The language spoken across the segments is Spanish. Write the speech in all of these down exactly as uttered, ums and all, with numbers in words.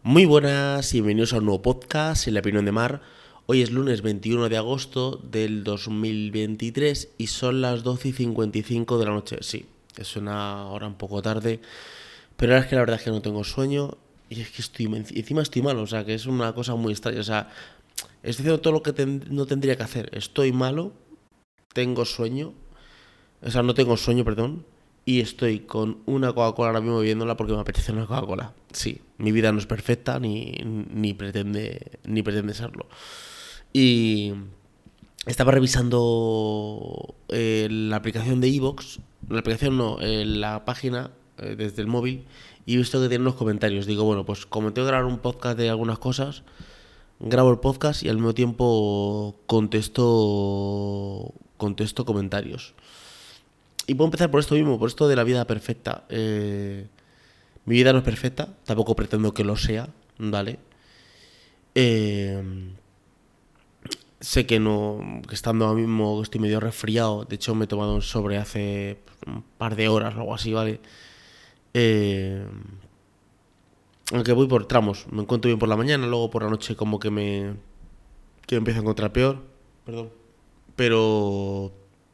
Muy buenas y bienvenidos a un nuevo podcast en La Opinión de Mar. Hoy es lunes veintiuno de agosto del dos mil veintitrés y son las doce y cincuenta y cinco de la noche. Sí, es una hora un poco tarde, pero es que la verdad es que no tengo sueño y es que estoy encima estoy malo, o sea, que es una cosa muy extraña. O sea, estoy haciendo todo lo que ten, no tendría que hacer. Estoy malo, tengo sueño, o sea, no tengo sueño, perdón. Y estoy con una Coca-Cola ahora mismo bebiéndola porque me apetece una Coca-Cola. Sí, mi vida no es perfecta ni, ni pretende ni pretende serlo. Y estaba revisando eh, la aplicación de iVoox, la aplicación no, eh, la página eh, desde el móvil y he visto que tiene unos comentarios. Digo, bueno, pues como tengo que grabar un podcast de algunas cosas, grabo el podcast y al mismo tiempo contesto contesto comentarios. Y puedo empezar por esto mismo, por esto de la vida perfecta. Eh, mi vida no es perfecta, tampoco pretendo que lo sea, ¿vale? Eh, sé que no, que estando ahora mismo estoy medio resfriado, de hecho me he tomado un sobre hace un par de horas o algo así, ¿vale? Eh, aunque voy por tramos, me encuentro bien por la mañana, luego por la noche como que me, que me empiezo a encontrar peor, perdón. Pero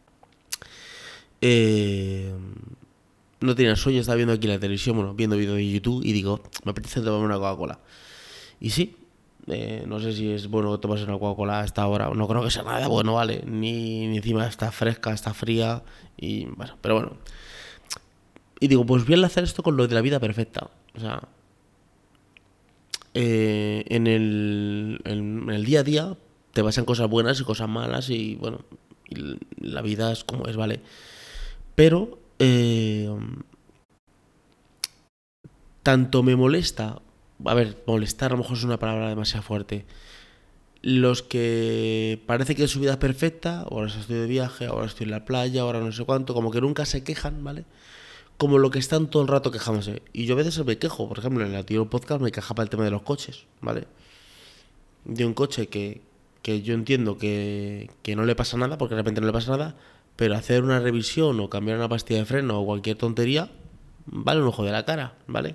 eh, no tenía sueño, estaba viendo aquí la televisión, bueno, viendo vídeos de YouTube y digo, me apetece tomarme una Coca-Cola. Y sí, eh, no sé si es bueno tomarse una Coca-Cola a esta hora, no creo que sea nada bueno, ¿vale? Ni, ni encima está fresca, está fría y bueno, pero bueno. Y digo, pues voy a enlazar esto con lo de la vida perfecta. O sea, eh, en, el, en el día a día te pasan cosas buenas y cosas malas y bueno, y la vida es como es, ¿vale? Pero eh, tanto me molesta, a ver, molestar a lo mejor es una palabra demasiado fuerte. Los que parece que su vida es perfecta, ahora estoy de viaje, ahora estoy en la playa, ahora no sé cuánto, como que nunca se quejan, ¿vale? Como lo que están todo el rato quejándose. Y yo a veces me quejo, por ejemplo, en el anterior podcast me quejaba el tema de los coches, ¿vale? De un coche que, que yo entiendo que, que no le pasa nada, porque de repente no le pasa nada, pero hacer una revisión o cambiar una pastilla de freno o cualquier tontería, vale un ojo de la cara, ¿vale?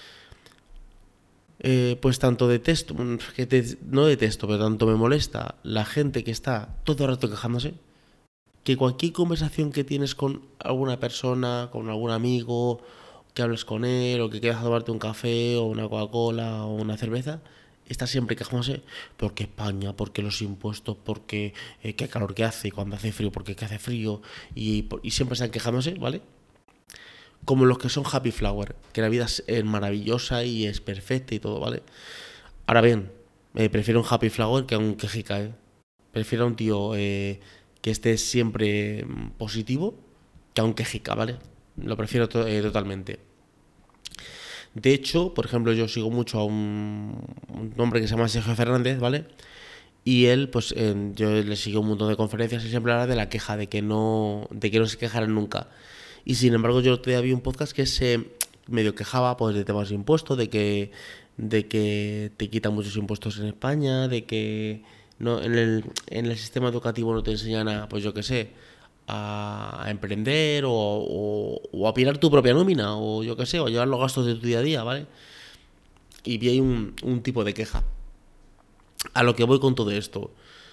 Eh, pues tanto detesto, que te, no detesto, pero tanto me molesta la gente que está todo el rato quejándose, que cualquier conversación que tienes con alguna persona, con algún amigo, que hables con él, o que quieras tomarte un café, o una Coca-Cola, o una cerveza, está siempre quejándose porque España, porque los impuestos, porque eh, qué calor que hace, cuando hace frío, porque que hace frío, y, y siempre están quejándose, ¿vale? Como los que son happy flower, que la vida es maravillosa y es perfecta y todo, ¿vale? Ahora bien, eh, prefiero un happy flower que a un quejica, ¿eh? Prefiero a un tío eh, que esté siempre positivo que a un quejica, ¿vale? Lo prefiero to- eh, totalmente. De hecho, por ejemplo, yo sigo mucho a un, un hombre que se llama Sergio Fernández, ¿vale? Y él, pues, eh, yo le sigo un montón de conferencias y siempre habla de la queja, de que no, de que no se quejaran nunca. Y sin embargo, yo todavía vi un podcast que se medio quejaba, pues, de temas de impuestos, de que, de que te quitan muchos impuestos en España, de que no, en el, en el sistema educativo no te enseñan a, pues yo qué sé, a, a emprender o, o, o a pirar tu propia nómina, o yo qué sé, o a llevar los gastos de tu día a día, ¿vale? Y vi ahí un, un tipo de queja. A lo que voy con todo esto.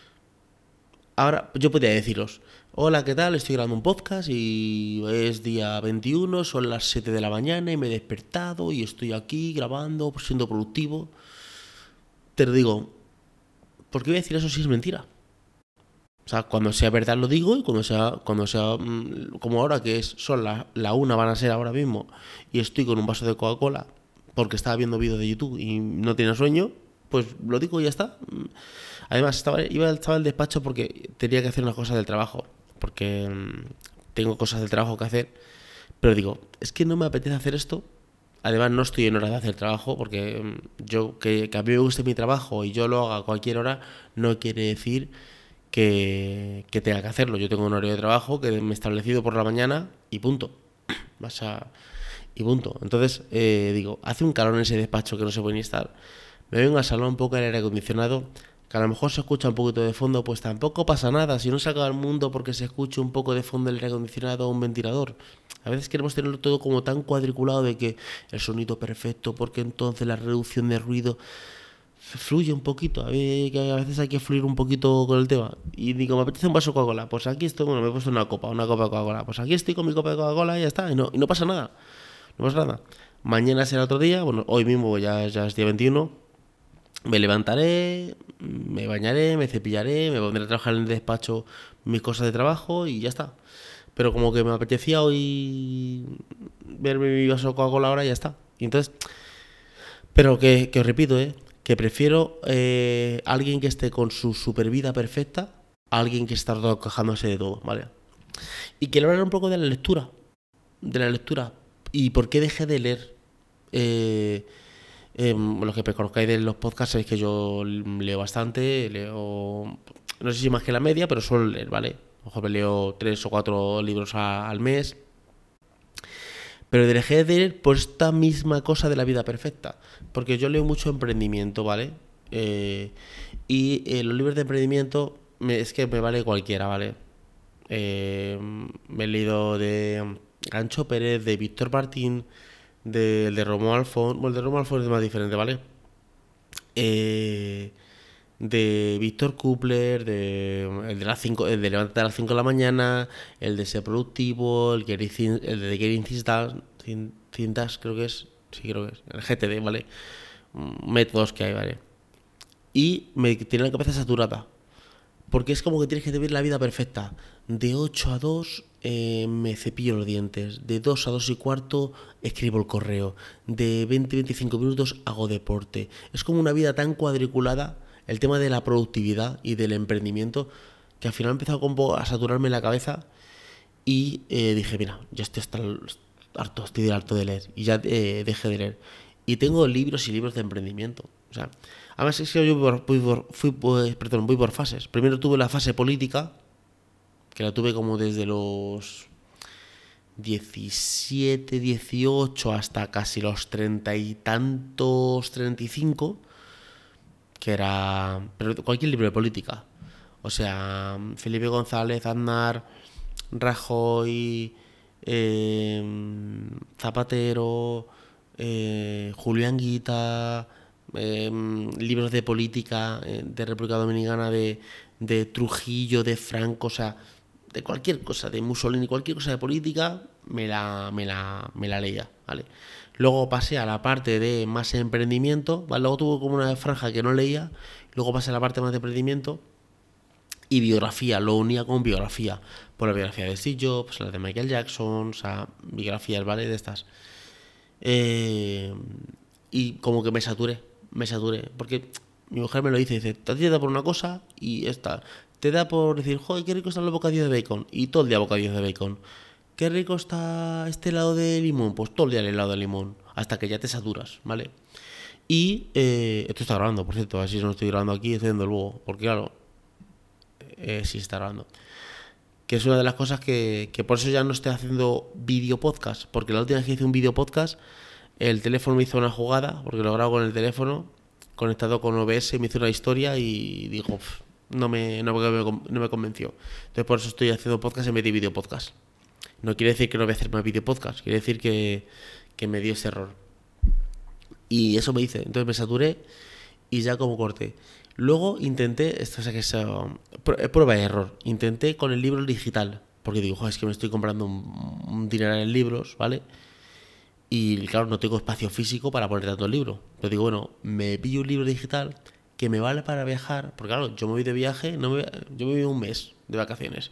Ahora, yo podría deciros, hola, ¿qué tal? Estoy grabando un podcast y es día veintiuno, son las siete de la mañana y me he despertado y estoy aquí grabando, siendo productivo. Te lo digo, ¿por qué voy a decir eso si es mentira? O sea, cuando sea verdad lo digo y cuando sea, cuando sea mmm, como ahora que es, son la, la una, van a ser ahora mismo, y estoy con un vaso de Coca-Cola porque estaba viendo vídeos de YouTube y no tenía sueño, pues lo digo y ya está. Además, estaba, iba, estaba al despacho porque tenía que hacer unas cosas del trabajo, porque mmm, tengo cosas del trabajo que hacer, pero digo, es que no me apetece hacer esto. Además, no estoy en hora de hacer trabajo porque mmm, yo, que, que a mí me guste mi trabajo y yo lo haga a cualquier hora, no quiere decir que, que tenga que hacerlo. Yo tengo un horario de trabajo que me he establecido por la mañana y punto. Vas a, y punto. Entonces, eh, digo, hace un calor en ese despacho que no se puede ni estar. Me vengo al salón un poco el aire acondicionado. que a lo mejor se escucha un poquito de fondo, pues tampoco pasa nada. Si no se acaba el mundo porque se escuche un poco de fondo el aire acondicionado o un ventilador. A veces queremos tenerlo todo como tan cuadriculado de que el sonido perfecto, porque entonces la reducción de ruido fluye un poquito. A ver, que a veces hay que fluir un poquito con el tema. Y digo, me apetece un vaso de Coca-Cola. Pues aquí estoy, bueno, me he puesto una copa, una copa de Coca-Cola. Pues aquí estoy con mi copa de Coca-Cola y ya está. Y no, y no pasa nada. No pasa nada. Mañana será otro día. Bueno, hoy mismo ya, ya es día veintiuno. Me levantaré, me bañaré, me cepillaré, me pondré a trabajar en el despacho mis cosas de trabajo y ya está. Pero como que me apetecía hoy verme mi vaso de Coca-Cola ahora y ya está. Y entonces, pero que, que os repito, ¿eh? Que prefiero eh, alguien que esté con su super vida perfecta a alguien que está todo quejándose de todo, ¿vale? Y quiero hablar un poco de la lectura. De la lectura. ¿Y por qué dejé de leer? Eh, eh, los que me conozcáis de los podcasts sabéis que yo leo bastante, leo, no sé si más que la media, pero suelo leer, ¿vale? A lo mejor me leo tres o cuatro libros a, al mes. Pero dejé de leer por esta misma cosa de la vida perfecta. Porque yo leo mucho emprendimiento, ¿vale? Eh, y eh, los libros de emprendimiento me, es que me vale cualquiera, ¿vale? Eh, me he leído de Gancho Pérez, de Víctor Martín, de, de Romo Alfón. Bueno, el de Romo Alfón es más diferente, ¿vale? Eh, de Víctor Kupler, de, el de las cinco, el de Levántate a las cinco de la mañana, el de Ser Productivo, el, Gary Zin- el de Gary Cintas, Cin- Cintas, creo que es, sí creo que es, el G T D, ¿vale? Mm, Métodos que hay, ¿vale? Y me tiene la cabeza saturada. Porque es como que tienes que vivir la vida perfecta. De ocho a dos eh, me cepillo los dientes. De dos a dos y cuarto escribo el correo. De veinte a veinticinco minutos hago deporte. Es como una vida tan cuadriculada, el tema de la productividad y del emprendimiento, que al final he empezado un poco a saturarme la cabeza y eh, dije, mira, ya estoy hasta el- harto, estoy harto de leer. Y ya eh, dejé de leer. Y tengo libros y libros de emprendimiento. O sea, además es que yo voy por, voy por- fui, pues, perdón, voy por fases. Primero tuve la fase política, que la tuve como desde los diecisiete, dieciocho hasta casi los treinta y tantos, treinta y cinco, que era pero cualquier libro de política. O sea, Felipe González, Aznar, Rajoy, eh, Zapatero, eh, Julián Guita, eh, libros de política eh, de República Dominicana, de, de Trujillo, de Franco, o sea, de cualquier cosa, de Mussolini, cualquier cosa de política, me la, me la, me la leía, ¿vale? Luego pasé a la parte de más emprendimiento, ¿vale? Luego tuve como una franja que no leía, luego pasé a la parte más de emprendimiento y biografía, lo unía con biografía. Por la biografía de Steve Jobs, la de Michael Jackson, o sea, biografías, ¿vale? De estas. Eh, y como que me saturé, me saturé. Porque mi mujer me lo dice, dice, te da por una cosa y esta. Te da por decir, joder, qué rico están los bocadillos de bacon. Y todo el día bocadillos de bacon. Qué rico está este helado de limón. Pues todo el día el helado de limón. Hasta que ya te saturas, ¿vale? Y eh, esto está grabando, por cierto. Así si no estoy grabando aquí, estoy haciendo luego. Porque claro, eh, sí está grabando. Que es una de las cosas que, que por eso ya no estoy haciendo vídeo podcast. Porque la última vez que hice un vídeo podcast, el teléfono me hizo una jugada, porque lo grabo con el teléfono, conectado con O B S, me hizo una historia y dijo, no me, no, me, no me convenció. Entonces por eso estoy haciendo podcast en vez de vídeo podcast. No quiere decir que no voy a hacer más vídeo podcast, quiere decir que, que me dio ese error. Y eso me hice, entonces me saturé y ya como corté. Luego intenté, esto o sea que es uh, prueba y error, intenté con el libro digital, porque digo, joder, es que me estoy comprando un, un dineral en libros, ¿vale? Y claro, no tengo espacio físico para poner tanto libro. Entonces digo, bueno, me pillo un libro digital que me vale para viajar, porque claro, yo me voy de viaje, no me, yo me voy un mes de vacaciones.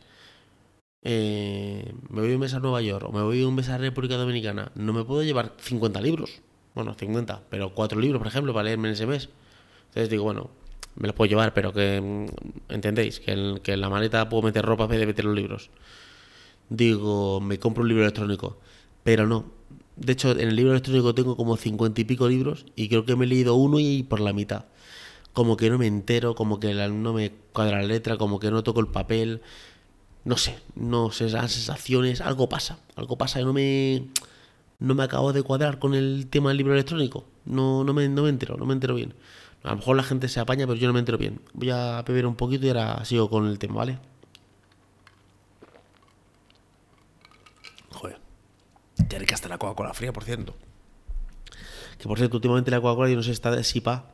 Eh, me voy un mes a Nueva York o me voy un mes a República Dominicana, no me puedo llevar cincuenta libros. Bueno, cincuenta, pero cuatro libros, por ejemplo, para leerme en ese mes. Entonces digo, bueno, me los puedo llevar, pero que entendéis, que en, que en la maleta puedo meter ropa en vez de meter los libros. Digo, me compro un libro electrónico, pero no. De hecho, en el libro electrónico tengo como cincuenta y pico libros y creo que me he leído uno y por la mitad. Como que no me entero, como que no me cuadra la letra, como que no toco el papel. No sé, no sé, las sensaciones, algo pasa. Algo pasa que no me, no me acabo de cuadrar con el tema del libro electrónico. No, no, me, no me entero, no me entero bien. A lo mejor la gente se apaña, pero yo no me entero bien. Voy a beber un poquito y ahora sigo con el tema, ¿vale? Joder. Qué rica está la Coca-Cola fría, por cierto. Que por cierto, últimamente la Coca-Cola yo no sé, está de sipa.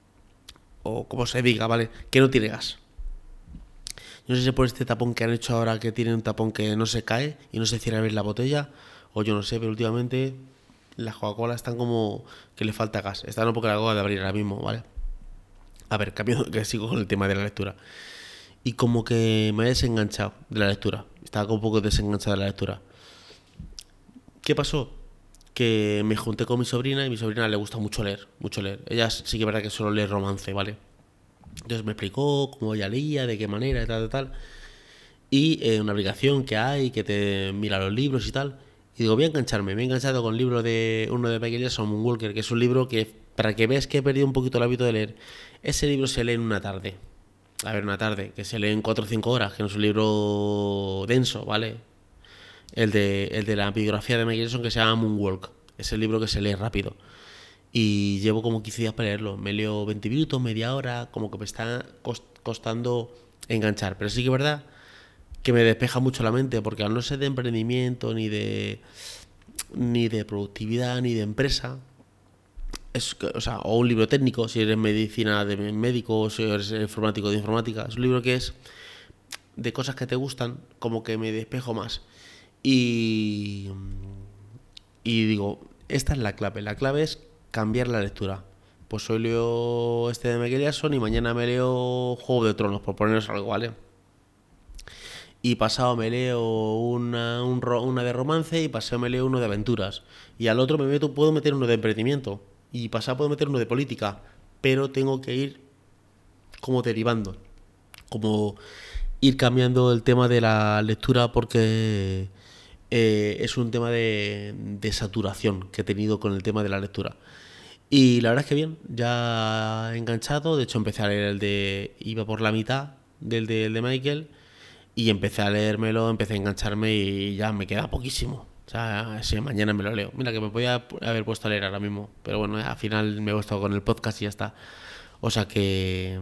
O como se diga, ¿vale? Que no tiene gas. Yo no sé si por este tapón que han hecho ahora, que tiene un tapón que no se cae y no se cierra bien la botella, o yo no sé, pero últimamente las Coca-Cola están como que le falta gas. Están un poco la Coca de abrir ahora mismo, ¿vale? A ver, cambio, que sigo con el tema de la lectura. Y como que me he desenganchado de la lectura. Estaba como un poco desenganchado de la lectura. ¿Qué pasó? Que me junté con mi sobrina y a mi sobrina le gusta mucho leer, mucho leer. Ella sí que es verdad que solo lee romance, ¿vale? Entonces me explicó cómo ella leía, de qué manera y tal, tal, tal. Y eh, una aplicación que hay que te mira los libros y tal. Y digo, voy a engancharme. Me he enganchado con el libro de uno de Michael Jackson, Moonwalker, que es un libro que, para que veas que he perdido un poquito el hábito de leer, ese libro se lee en una tarde. A ver, una tarde, que se lee en cuatro o cinco horas, que no es un libro denso, ¿vale? El de, el de la biografía de Michael Jackson que se llama Moonwalk. Es el libro que se lee rápido. Y llevo como quince días para leerlo. Me leo veinte minutos, media hora, como que me está costando enganchar. Pero sí que es verdad que me despeja mucho la mente, porque al no ser de emprendimiento, ni de ni de productividad, ni de empresa, es, o sea, o un libro técnico, si eres medicina de médico, o si eres informático de informática, es un libro que es de cosas que te gustan, como que me despejo más. Y, y digo, esta es la clave. La clave es cambiar la lectura. Pues hoy leo este de Michael Jackson y mañana me leo Juego de Tronos, por poneros algo, ¿vale? Y pasado me leo una, un, una de romance y pasado me leo uno de aventuras. Y al otro me meto, puedo meter uno de emprendimiento. Y pasado puedo meter uno de política. Pero tengo que ir como derivando. Como ir cambiando el tema de la lectura porque eh, es un tema de, de saturación que he tenido con el tema de la lectura. Y la verdad es que bien, ya he enganchado. De hecho empecé a leer el de... Iba por la mitad del de, el de Michael. Y empecé a leérmelo, empecé a engancharme y ya me queda poquísimo. O sea, sí, mañana me lo leo. Mira que me podía haber puesto a leer ahora mismo. Pero bueno, al final me he puesto con el podcast y ya está. O sea que...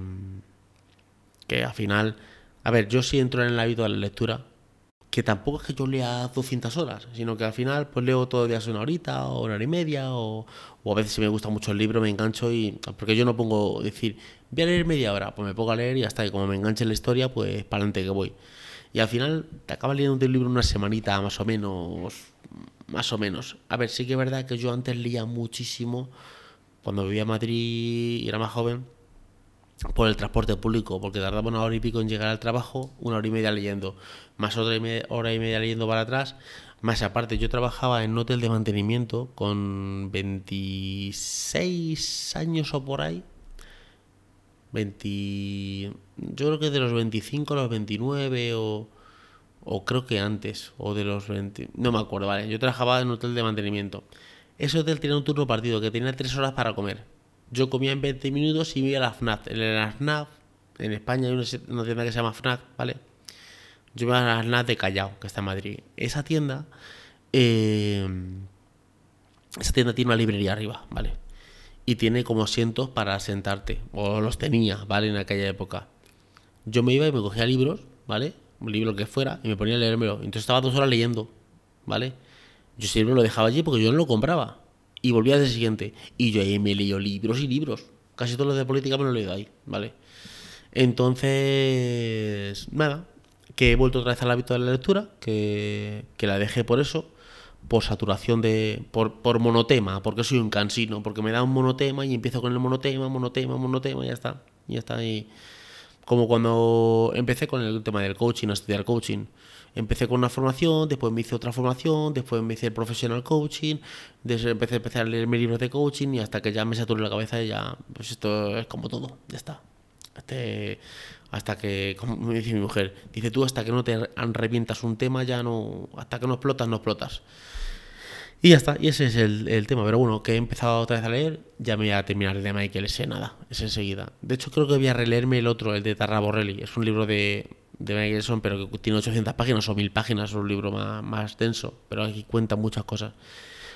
Que al final... A ver, yo sí entro en el hábito de la lectura. Que tampoco es que yo lea doscientas horas. Sino que al final pues leo todos los días una horita o una hora y media. O, o a veces si me gusta mucho el libro me engancho y... Porque yo no pongo decir... Voy a leer media hora. Pues me pongo a leer y ya está. Y como me enganche en la historia pues para adelante que voy. Y al final te acabas leyendo un libro una semanita más o menos, más o menos. A ver, sí que es verdad que yo antes leía muchísimo cuando vivía en Madrid y era más joven por el transporte público, porque tardaba una hora y pico en llegar al trabajo, una hora y media leyendo, más otra y media, hora y media leyendo para atrás, más aparte yo trabajaba en un hotel de mantenimiento con veintiséis años o por ahí, veinte, yo creo que de los veinticinco a los veintinueve o, o creo que antes, o de los veinte, no me acuerdo, vale, yo trabajaba en un hotel de mantenimiento. Ese hotel tenía un turno partido que tenía tres horas para comer. Yo comía en veinte minutos y me iba a la FNAC. En la FNAC, en España hay una, una tienda que se llama FNAC, ¿vale? Yo iba a la FNAC de Callao, que está en Madrid. Esa tienda, eh, esa tienda tiene una librería arriba, ¿vale? Y tiene como asientos para sentarte, o los tenía, ¿vale? En aquella época. Yo me iba y me cogía libros, ¿vale? Un libro que fuera, y me ponía a leérmelo. Entonces estaba dos horas leyendo, ¿vale? Yo siempre lo dejaba allí porque yo no lo compraba. Y volvía al día siguiente. Y yo ahí me leí libros y libros. Casi todos los de política me lo he leído ahí, ¿vale? Entonces, nada, que he vuelto otra vez al hábito de la lectura, que, que la dejé por eso, por saturación de... Por, por monotema, porque soy un cansino, porque me da un monotema y empiezo con el monotema, monotema, monotema y ya está. Y ya está. Y como cuando empecé con el tema del coaching, a estudiar coaching. Empecé con una formación, después me hice otra formación, después me hice el professional coaching, después empecé, empecé a leerme libros de coaching y hasta que ya me saturé la cabeza y ya, pues esto es como todo, ya está. Este, hasta que, como me dice mi mujer, dice tú hasta que no te revientas un tema ya no, hasta que no explotas, no explotas. Y ya está, y ese es el, el tema. Pero bueno, que he empezado otra vez a leer, ya me voy a terminar de Michael ese nada, es enseguida. De hecho creo que voy a releerme el otro, el de Tarra Borrelli. Es un libro de, de Michael Jackson, pero que tiene ochocientas páginas o mil páginas, es un libro más, más denso, pero aquí cuenta muchas cosas.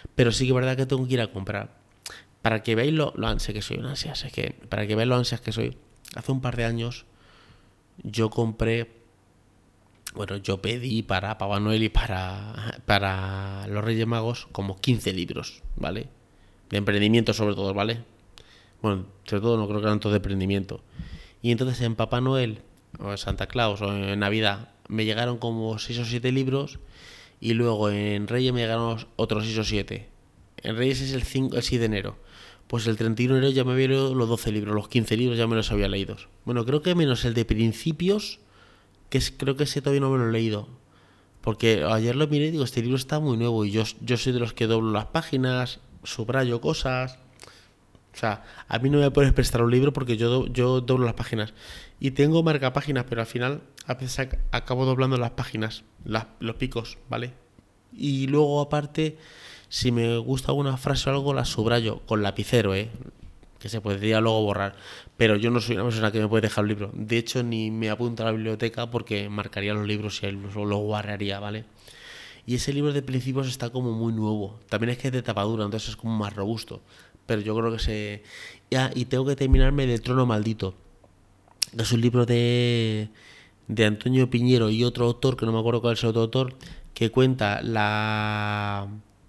Pero sí que es verdad que tengo que ir a comprar. Para que veáis lo, lo ansia que soy, un ansias, es que para que veáis lo ansias que soy, hace un par de años yo compré, bueno, yo pedí para Papá Noel y para, para los Reyes Magos como quince libros, ¿vale? De emprendimiento sobre todo, ¿vale? Bueno, sobre todo no creo que eran todos de emprendimiento. Y entonces en Papá Noel, o en Santa Claus, o en Navidad, me llegaron como seis o siete libros. Y luego en Reyes me llegaron otros seis o siete. En Reyes es el, cinco, el seis de enero. Pues el treinta y uno de enero ya me había leído los doce libros, los quince libros ya me los había leído. Bueno, creo que menos el de principios, que es, creo que ese todavía no me lo he leído. Porque ayer lo miré y digo, este libro está muy nuevo y yo, yo soy de los que doblo las páginas, subrayo cosas. O sea, a mí no me puedes prestar un libro porque yo, do, yo doblo las páginas. Y tengo marca páginas, pero al final a veces acabo doblando las páginas, las, los picos, ¿vale? Y luego aparte, si me gusta alguna frase o algo, la subrayo con lapicero, ¿eh? Que se podría luego borrar. Pero yo no soy una persona que me puede dejar un libro. De hecho, ni me apunto a la biblioteca porque marcaría los libros y los guardaría, ¿vale? Y ese libro de principios está como muy nuevo. También es que es de tapadura, entonces es como más robusto. Pero yo creo que se... Ya, y tengo que terminarme de Trono Maldito. Que es un libro de... de Antonio Piñero y otro autor, que no me acuerdo cuál es el otro autor, que cuenta la...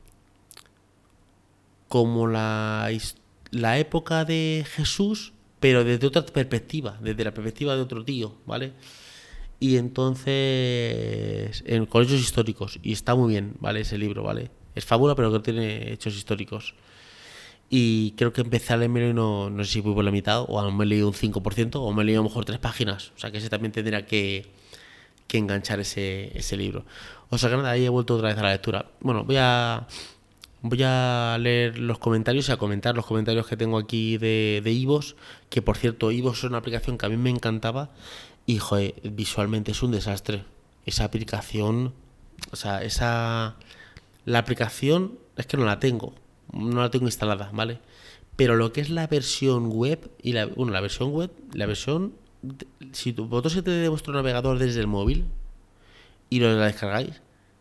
como la... la época de Jesús, pero desde otra perspectiva, desde la perspectiva de otro tío, ¿vale? Y entonces en colegios históricos, y está muy bien, ¿vale? Ese libro, ¿vale? Es fábula, pero que tiene hechos históricos. Y creo que empecé a leerme y no, no sé si voy por la mitad, o a lo mejor me he leído un cinco por ciento, o me he leído a lo mejor tres páginas. O sea que ese también tendría que, que enganchar ese, ese libro. O sea que nada, ahí he vuelto otra vez a la lectura. Bueno, voy a voy a leer los comentarios y a comentar los comentarios que tengo aquí de, de iVoox, que por cierto, iVoox es una aplicación que a mí me encantaba y, joder, visualmente es un desastre. Esa aplicación, o sea, esa... La aplicación es que no la tengo, no la tengo instalada, ¿vale? Pero lo que es la versión web y la, bueno, la versión web, la versión, si vosotros se te de vuestro navegador desde el móvil y lo la descargáis,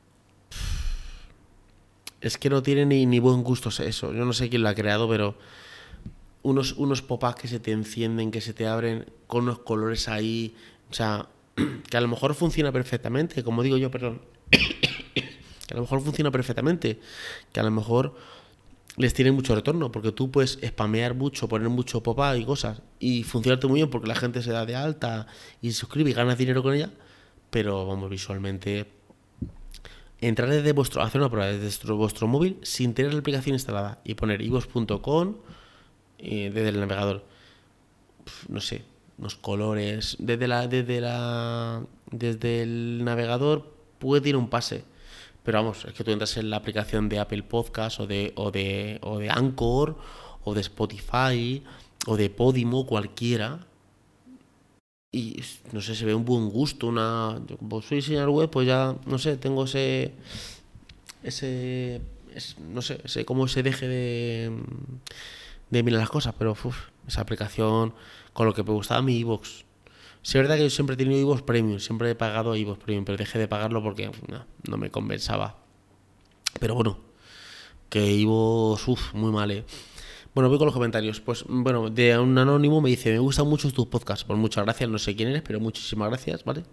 es que no tiene ni, ni buen gusto eso. Yo no sé quién lo ha creado, pero unos, unos pop-ups que se te encienden, que se te abren con unos colores ahí, o sea, que a lo mejor funciona perfectamente, como digo yo, perdón, que a lo mejor funciona perfectamente, que a lo mejor les tiene mucho retorno, porque tú puedes spamear mucho, poner mucho pop-up y cosas, y funcionarte muy bien porque la gente se da de alta y se suscribe y ganas dinero con ella, pero vamos, visualmente, entrar desde vuestro, hacer una prueba desde vuestro, vuestro móvil sin tener la aplicación instalada y poner ivos punto com eh, desde el navegador, Uf, no sé, los colores, desde la, desde la, desde el navegador puede ir un pase. Pero vamos, es que tú entras en la aplicación de Apple Podcast o de, o de, o de Anchor o de Spotify o de Podimo, cualquiera. Y no sé, se ve un buen gusto, una... Yo como soy diseñador web, pues ya, no sé, tengo ese... Ese... Es, no sé, ese como ese deje de... De mirar las cosas, pero uf, esa aplicación con lo que me gustaba mi iVoox. Sí, es verdad que yo siempre he tenido iVoox Premium, siempre he pagado iVoox Premium, pero dejé de pagarlo porque no, no me compensaba. Pero bueno, que iVoox, uff, muy mal, eh. Bueno, voy con los comentarios. Pues bueno, de un anónimo me dice, me gustan mucho tus podcasts. Pues muchas gracias, no sé quién eres, pero muchísimas gracias, ¿vale?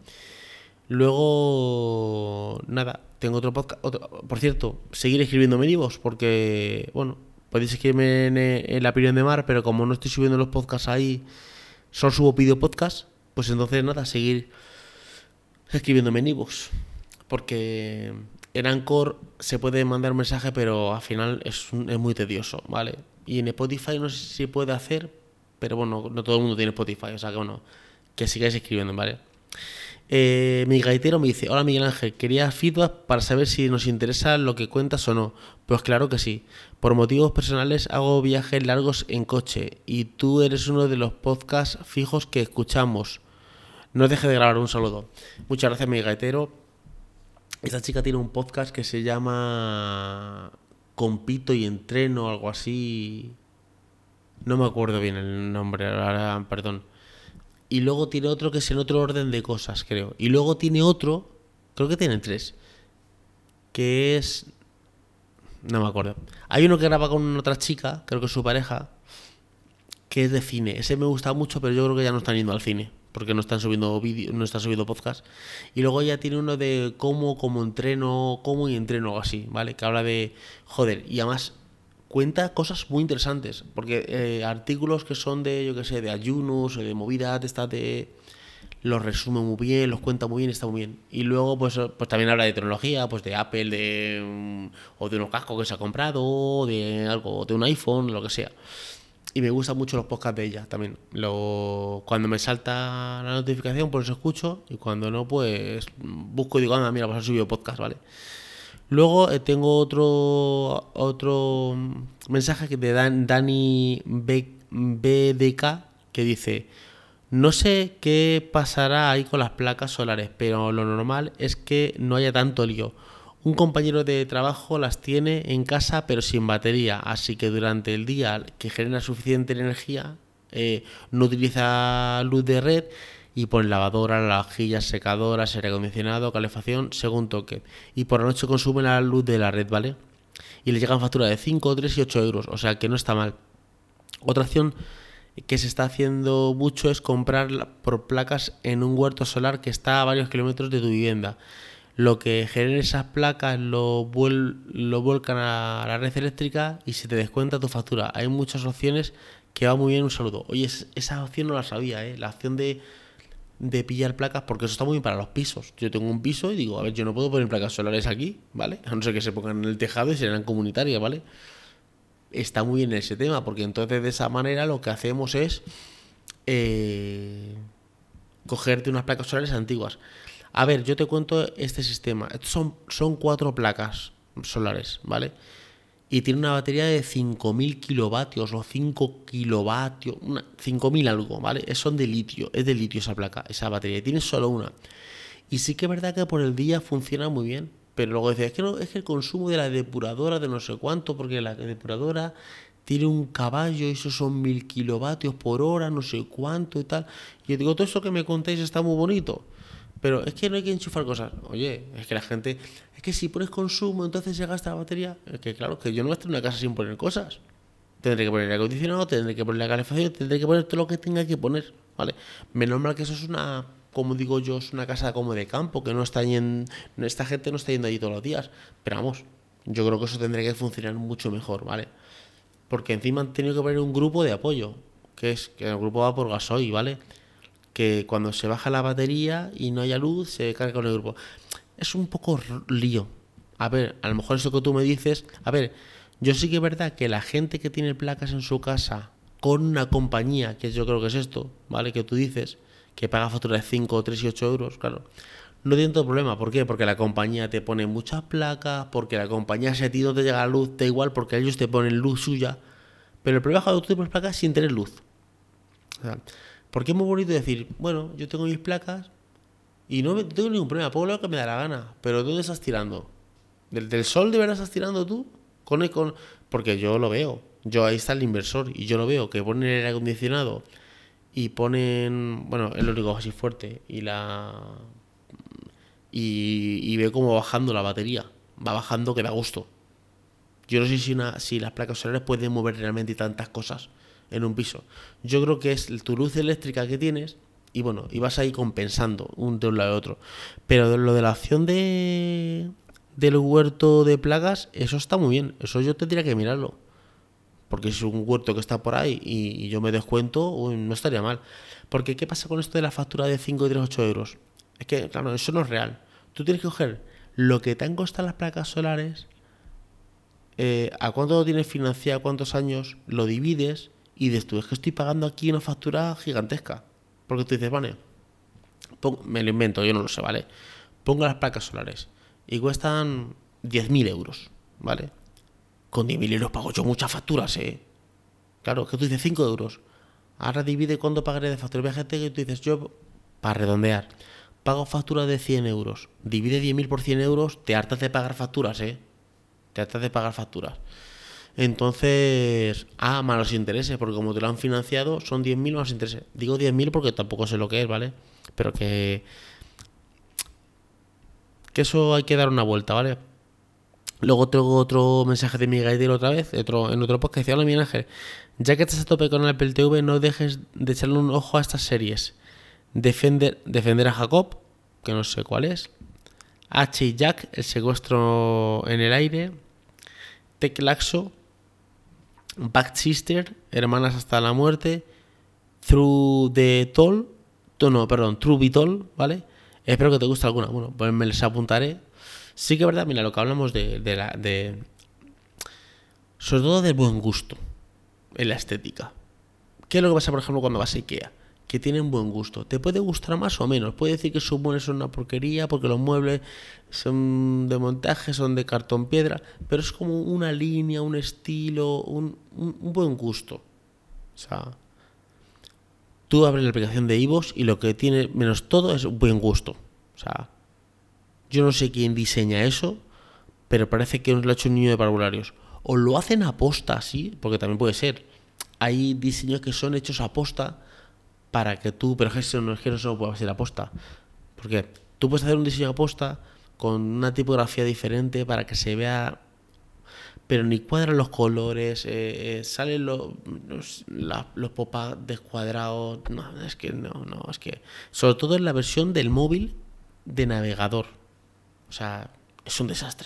Luego, nada, tengo otro podcast. Otro, por cierto, seguir escribiéndome en iVoox porque, bueno, podéis escribirme en, en la opinión de Mar, pero como no estoy subiendo los podcasts ahí, solo subo video podcast. Pues entonces nada, seguir escribiéndome en iVoox. Porque en Anchor se puede mandar un mensaje, pero al final es, un, es muy tedioso, ¿vale? Y en Spotify no sé si se puede hacer, pero bueno, no todo el mundo tiene Spotify, o sea que bueno, que sigáis escribiendo, ¿vale? Eh, mi gaitero me dice, hola Miguel Ángel, quería feedback para saber si nos interesa lo que cuentas o no. Pues claro que sí. Por motivos personales hago viajes largos en coche y tú eres uno de los podcasts fijos que escuchamos. No deje de grabar, un saludo. Muchas gracias, mi gaitero. Esta chica tiene un podcast que se llama Compito y Entreno o algo así. No me acuerdo bien el nombre, ahora, perdón. Y luego tiene otro que es en otro orden de cosas, creo. Y luego tiene otro, creo que tiene tres, que es... no me acuerdo. Hay uno que graba con otra chica, creo que es su pareja, que es de cine. Ese me gusta mucho, pero yo creo que ya no están yendo al cine, porque no están subiendo vídeo, no están subiendo podcast. Y luego ya tiene uno de cómo, cómo entreno, cómo y entreno, algo así, ¿vale? Que habla de, joder, y además cuenta cosas muy interesantes, porque eh, artículos que son de, yo qué sé, de ayunos, de movidas, de estas de... Los resume muy bien, los cuenta muy bien, está muy bien. Y luego, pues, pues también habla de tecnología, pues de Apple, de um, o de unos cascos que se ha comprado, o de algo, de un iPhone, lo que sea. Y me gustan mucho los podcasts de ella también. Lo, cuando me salta la notificación, pues los escucho. Y cuando no, pues busco y digo, anda, mira, pues ha subido podcast, ¿vale? Luego eh, tengo otro otro mensaje que de Dan, Dani B, B D K que dice: no sé qué pasará ahí con las placas solares, pero lo normal es que no haya tanto lío. Un compañero de trabajo las tiene en casa pero sin batería, así que durante el día que genera suficiente energía eh, no utiliza luz de red y pone lavadora, lavavajillas, secadoras, aire acondicionado, calefacción, según toque. Y por la noche consume la luz de la red, ¿vale? Y le llegan facturas de cinco, tres y ocho euros, o sea que no está mal. Otra opción que se está haciendo mucho es comprar por placas en un huerto solar que está a varios kilómetros de tu vivienda. Lo que generen esas placas lo, vuel lo vuelcan a la red eléctrica y se te descuenta tu factura. Hay muchas opciones que va muy bien. Un saludo. Oye, esa opción no la sabía, ¿eh? La opción de, de pillar placas, porque eso está muy bien para los pisos. Yo tengo un piso y digo, a ver, yo no puedo poner placas solares aquí, ¿vale? A no ser que se pongan en el tejado y serán comunitarias, ¿vale? Está muy bien ese tema, porque entonces de esa manera lo que hacemos es eh, cogerte unas placas solares antiguas. A ver, yo te cuento este sistema. Estos son, son cuatro placas solares, ¿vale? Y tiene una batería de cinco mil kilovatios o cinco kilovatios, una, cinco mil algo, ¿vale? Son de litio, es de litio esa placa, esa batería. Y tiene solo una. Y sí que es verdad que por el día funciona muy bien. Pero luego decía, es que, no, es que el consumo de la depuradora de no sé cuánto, porque la depuradora tiene un caballo y esos son mil kilovatios por hora, no sé cuánto y tal. Y yo digo, todo eso que me contáis está muy bonito. Pero es que no hay que enchufar cosas. Oye, es que la gente... Es que si pones consumo, entonces se gasta la batería. Es que claro, que yo no voy a estar en una casa sin poner cosas. Tendré que poner aire acondicionado, tendré que poner la calefacción, tendré que poner todo lo que tenga que poner, ¿vale? Menos mal que eso es una, como digo yo, es una casa como de campo, que no está en... Esta gente no está yendo allí todos los días. Pero vamos, yo creo que eso tendría que funcionar mucho mejor, ¿vale? Porque encima han tenido que poner un grupo de apoyo, que es que el grupo va por gasoil, ¿vale? Que cuando se baja la batería y no haya luz, se carga con el grupo. Es un poco lío. A ver, a lo mejor eso que tú me dices... A ver, yo sí que es verdad que la gente que tiene placas en su casa con una compañía, que yo creo que es esto, ¿vale? Que tú dices, que paga factura de cinco, tres y ocho euros, claro. No tiene todo problema. ¿Por qué? Porque la compañía te pone muchas placas, porque la compañía, si a ti no te llega la luz, da igual, porque ellos te ponen luz suya. Pero el problema es cuando tú te pones placas sin tener luz. O sea, porque es muy bonito decir, bueno, yo tengo mis placas y no tengo ningún problema, pongo lo que me da la gana. Pero ¿dónde estás tirando? ¿Del, del sol de verdad estás tirando tú? Con, con, porque yo lo veo. Yo ahí está el inversor y yo lo veo, que ponen el aire acondicionado y ponen, bueno, es lo único así fuerte y la y, y veo como bajando la batería, va bajando que da gusto. Yo no sé si, una, si las placas solares pueden mover realmente tantas cosas en un piso. Yo creo que es tu luz eléctrica que tienes y bueno, y vas ahí compensando un de un lado de otro. Pero lo de la opción de del huerto de plagas, eso está muy bien. Eso yo tendría que mirarlo. Porque es un huerto que está por ahí y, y yo me descuento, uy, no estaría mal. Porque ¿qué pasa con esto de la factura de cinco y tres ocho euros? Es que, claro, eso no es real. Tú tienes que coger lo que te han costado las placas solares, eh, a cuánto lo tienes financiado, cuántos años, lo divides y dices tú, es que estoy pagando aquí una factura gigantesca. Porque tú dices, vale, pon, me lo invento, yo no lo sé, ¿vale? Pongo las placas solares y cuestan diez mil euros, ¿vale? Con diez mil euros pago yo muchas facturas, ¿eh? Claro, es que tú dices cinco euros. Ahora divide cuánto pagaré de factura. Hay gente que tú dices, yo, para redondear, pago factura de cien euros. Divide diez mil por cien euros, te hartas de pagar facturas, ¿eh? Te hartas de pagar facturas. Entonces, ah, más los intereses, porque como te lo han financiado, son diez mil más los intereses. Digo diez mil porque tampoco sé lo que es, ¿vale? Pero que, que eso hay que dar una vuelta, ¿vale? Luego tengo otro mensaje de Miguel Gaitero otra vez, otro, en otro podcast, que decía: hola, Miguel Ángel, ya que estás a tope con el Apple T V, no dejes de echarle un ojo a estas series. Defender, Defender a Jacob, que no sé cuál es. H y Jack, el secuestro en el aire. Tech Laxo. Back Sister, hermanas hasta la muerte. Through the Toll. No, perdón, True Vitol, ¿vale? Espero que te guste alguna. Bueno, pues me les apuntaré. Sí que es verdad, mira, lo que hablamos de, de la... de sobre todo del buen gusto en la estética. ¿Qué es lo que pasa, por ejemplo, cuando vas a Ikea? Que tienen buen gusto. Te puede gustar más o menos. Puede decir que sus muebles son una porquería porque los muebles son de montaje, son de cartón piedra, pero es como una línea, un estilo, un, un, un buen gusto. O sea, tú abres la aplicación de iVoox y lo que tiene menos todo es buen gusto. O sea, yo no sé quién diseña eso, pero parece que lo ha hecho un niño de parvularios. O lo hacen a posta, sí, porque también puede ser. Hay diseños que son hechos a posta para que tú, pero es que no es que no solo pueda ser a posta. Porque tú puedes hacer un diseño a posta con una tipografía diferente para que se vea, pero ni cuadran los colores, eh, eh, salen los, los, la, los pop-up descuadrados. No, es que no, no, es que. Sobre todo en la versión del móvil de navegador. O sea, es un desastre.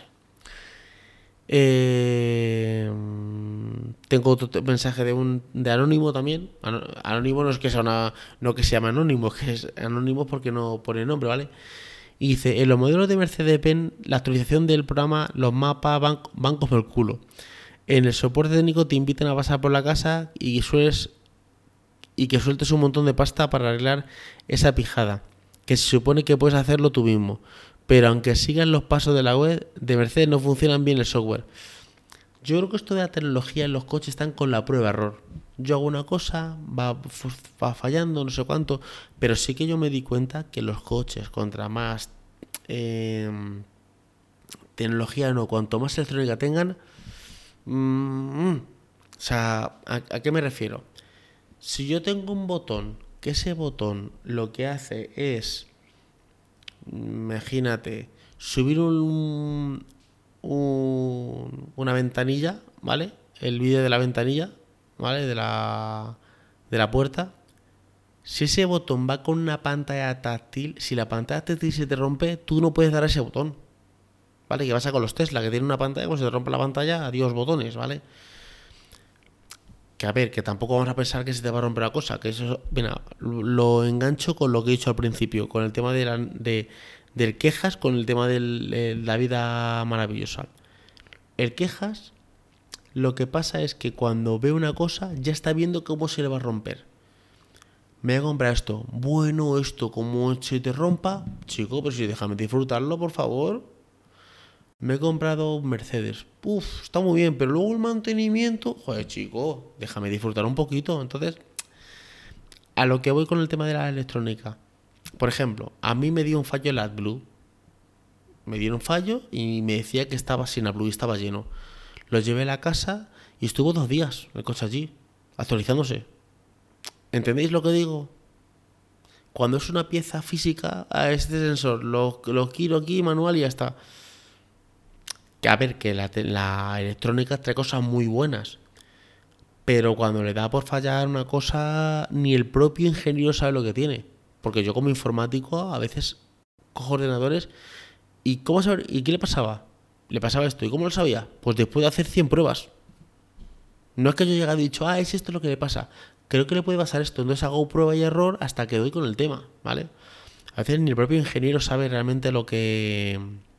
Eh, tengo otro mensaje de un de anónimo también. Anónimo no es que sea una, no que se llame anónimo, es que es anónimo porque no pone nombre, ¿vale? Y dice: en los modelos de Mercedes-Benz, la actualización del programa, los mapas van, van como el culo. En el soporte técnico te invitan a pasar por la casa y sueles y que sueltes un montón de pasta para arreglar esa pijada, que se supone que puedes hacerlo tú mismo. Pero aunque sigan los pasos de la web de Mercedes, no funcionan bien el software. Yo creo que esto de la tecnología en los coches están con la prueba error. Yo hago una cosa, va, va fallando, no sé cuánto, pero sí que yo me di cuenta que los coches, contra más eh, tecnología, no, cuanto más electrónica tengan, mmm, o sea, ¿a, ¿a qué me refiero? Si yo tengo un botón, que ese botón lo que hace es, imagínate, subir un, un, una ventanilla, ¿vale? El vídeo de la ventanilla, ¿vale? De la, de la puerta. Si ese botón va con una pantalla táctil, si la pantalla táctil se te rompe, tú no puedes dar a ese botón, ¿vale? Que pasa con los Tesla, que tienen una pantalla, cuando se te rompe la pantalla, adiós botones, ¿vale? Que a ver, que tampoco vamos a pensar que se te va a romper la cosa, que eso, mira, lo engancho con lo que he dicho al principio, con el tema de, la, de del quejas, con el tema de la vida maravillosa. El quejas, lo que pasa es que cuando ve una cosa, ya está viendo cómo se le va a romper. Me voy a comprar esto, bueno, esto, como se te rompa, chico, pero si déjame disfrutarlo, por favor. Me he comprado un Mercedes. Uf, está muy bien, pero luego el mantenimiento, joder, chico, déjame disfrutar un poquito. Entonces, a lo que voy con el tema de la electrónica. Por ejemplo, a mí me dio un fallo el AdBlue. Me dieron fallo y me decía que estaba sin AdBlue y estaba lleno. Lo llevé a la casa y estuvo dos días el coche allí, actualizándose. ¿Entendéis lo que digo? Cuando es una pieza física, a este sensor lo, lo quiero aquí manual y ya está. Que a ver, que la, la electrónica trae cosas muy buenas, pero cuando le da por fallar una cosa, ni el propio ingeniero sabe lo que tiene. Porque yo como informático a veces cojo ordenadores y ¿cómo saber? ¿Y qué le pasaba? Le pasaba esto. ¿Y cómo lo sabía? Pues después de hacer cien pruebas. No es que yo haya dicho, ah, es esto lo que le pasa. Creo que le puede pasar esto. Entonces hago prueba y error hasta que doy con el tema, ¿vale? A veces ni el propio ingeniero sabe realmente lo que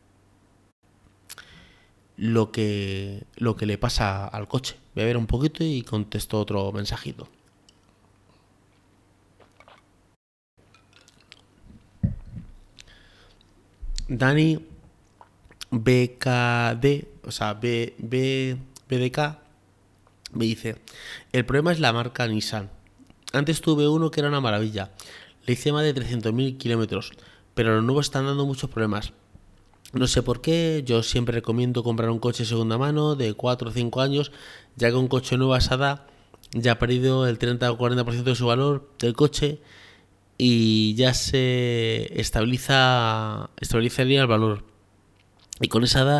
lo que lo que le pasa al coche. Voy a ver un poquito y contesto otro mensajito. Dani B K D, o sea, B, B, BDK, me dice: el problema es la marca Nissan. Antes tuve uno que era una maravilla. Le hice más de trescientos mil kilómetros, pero los nuevos están dando muchos problemas. No sé por qué, yo siempre recomiendo comprar un coche de segunda mano de cuatro o cinco años, ya que un coche nuevo a esa edad ya ha perdido el treinta o cuarenta por ciento de su valor del coche y ya se estabiliza estabilizaría el valor. Y con esa edad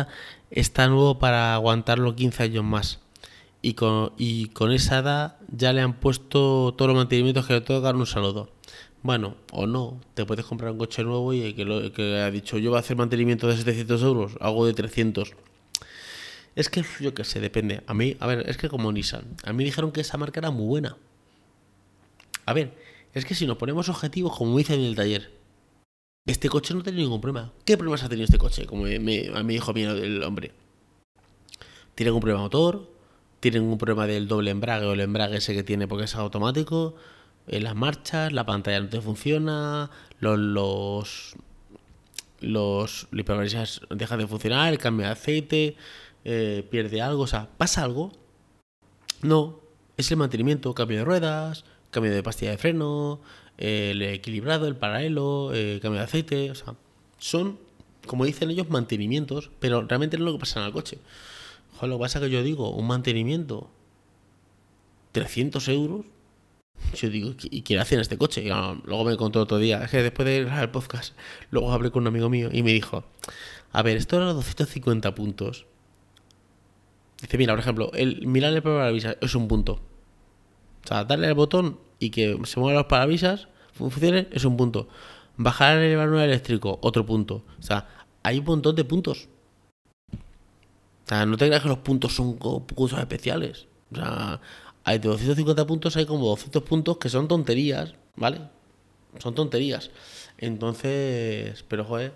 está nuevo para aguantarlo quince años más. Y con, y con esa edad ya le han puesto todos los mantenimientos que le tocan. Un saludo. Bueno, o no, te puedes comprar un coche nuevo y que, lo, que ha dicho yo voy a hacer mantenimiento de setecientos euros, hago de trescientos. Es que yo qué sé, depende. A mí, a ver, es que como Nissan, a mí dijeron que esa marca era muy buena. A ver, es que si nos ponemos objetivos, como me dicen en el taller, este coche no tiene ningún problema. ¿Qué problemas ha tenido este coche? Como me, me, a mí dijo bien el hombre. Tiene algún problema de motor, tiene algún problema del doble embrague o el embrague ese que tiene porque es automático, en las marchas, la pantalla no te funciona, los los los limpiaparabrisas dejan de funcionar, el cambio de aceite, eh, pierde algo, o sea, ¿pasa algo? No, es el mantenimiento, cambio de ruedas, cambio de pastilla de freno, eh, el equilibrado, el paralelo, eh, cambio de aceite, o sea, son, como dicen ellos, mantenimientos, pero realmente no es lo que pasa en el coche. Joder, lo que pasa es que yo digo, un mantenimiento, trescientos euros, yo digo, ¿y qué hacen este coche? Y no, luego me contó otro día, es que después de grabar el podcast, luego hablé con un amigo mío y me dijo, a ver, esto era doscientos cincuenta puntos. Dice, mira, por ejemplo, el mirar el parabrisas es un punto. O sea, darle al botón y que se muevan los parabrisas, funcione, es un punto. Bajar el elevador eléctrico, otro punto. O sea, hay un montón de puntos. O sea, no te creas que los puntos son cosas especiales. O sea, hay de doscientos cincuenta puntos, hay como doscientos puntos que son tonterías, ¿vale? Son tonterías. Entonces, pero joder.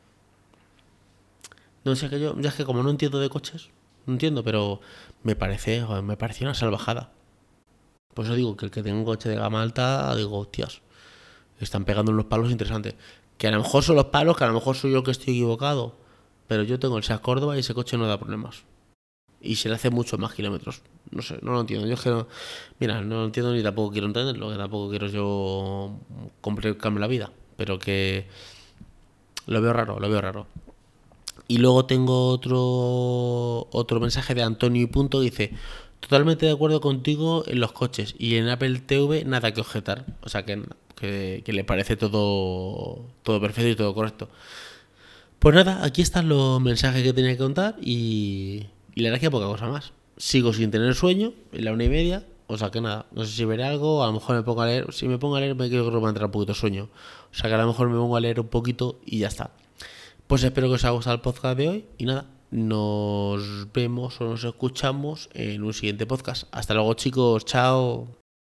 No sé, que yo, ya es que como no entiendo de coches, no entiendo, pero me parece, joder, me pareció una salvajada. Por eso digo que el que tenga un coche de gama alta, digo, hostias, están pegando unos palos interesantes. Que a lo mejor son los palos, que a lo mejor soy yo que estoy equivocado. Pero yo tengo el SEAT Córdoba y ese coche no da problemas. Y se le hace muchos más kilómetros. No sé, no lo entiendo. Yo es que no, mira, no lo entiendo ni tampoco quiero entenderlo, que tampoco quiero yo complicarme la vida. Pero que lo veo raro, lo veo raro. Y luego tengo otro otro mensaje de Antonio y Punto que dice, totalmente de acuerdo contigo en los coches y en Apple T V nada que objetar. O sea que, que, que le parece todo, todo perfecto y todo correcto. Pues nada, aquí están los mensajes que tenía que contar y, y la verdad es que poca cosa más. Sigo sin tener sueño, en la una y media, o sea que nada, no sé si veré algo, a lo mejor me pongo a leer, si me pongo a leer me creo que me va a entrar un poquito de sueño. O sea que a lo mejor me pongo a leer un poquito y ya está. Pues espero que os haya gustado el podcast de hoy y nada, nos vemos o nos escuchamos en un siguiente podcast. Hasta luego chicos, chao.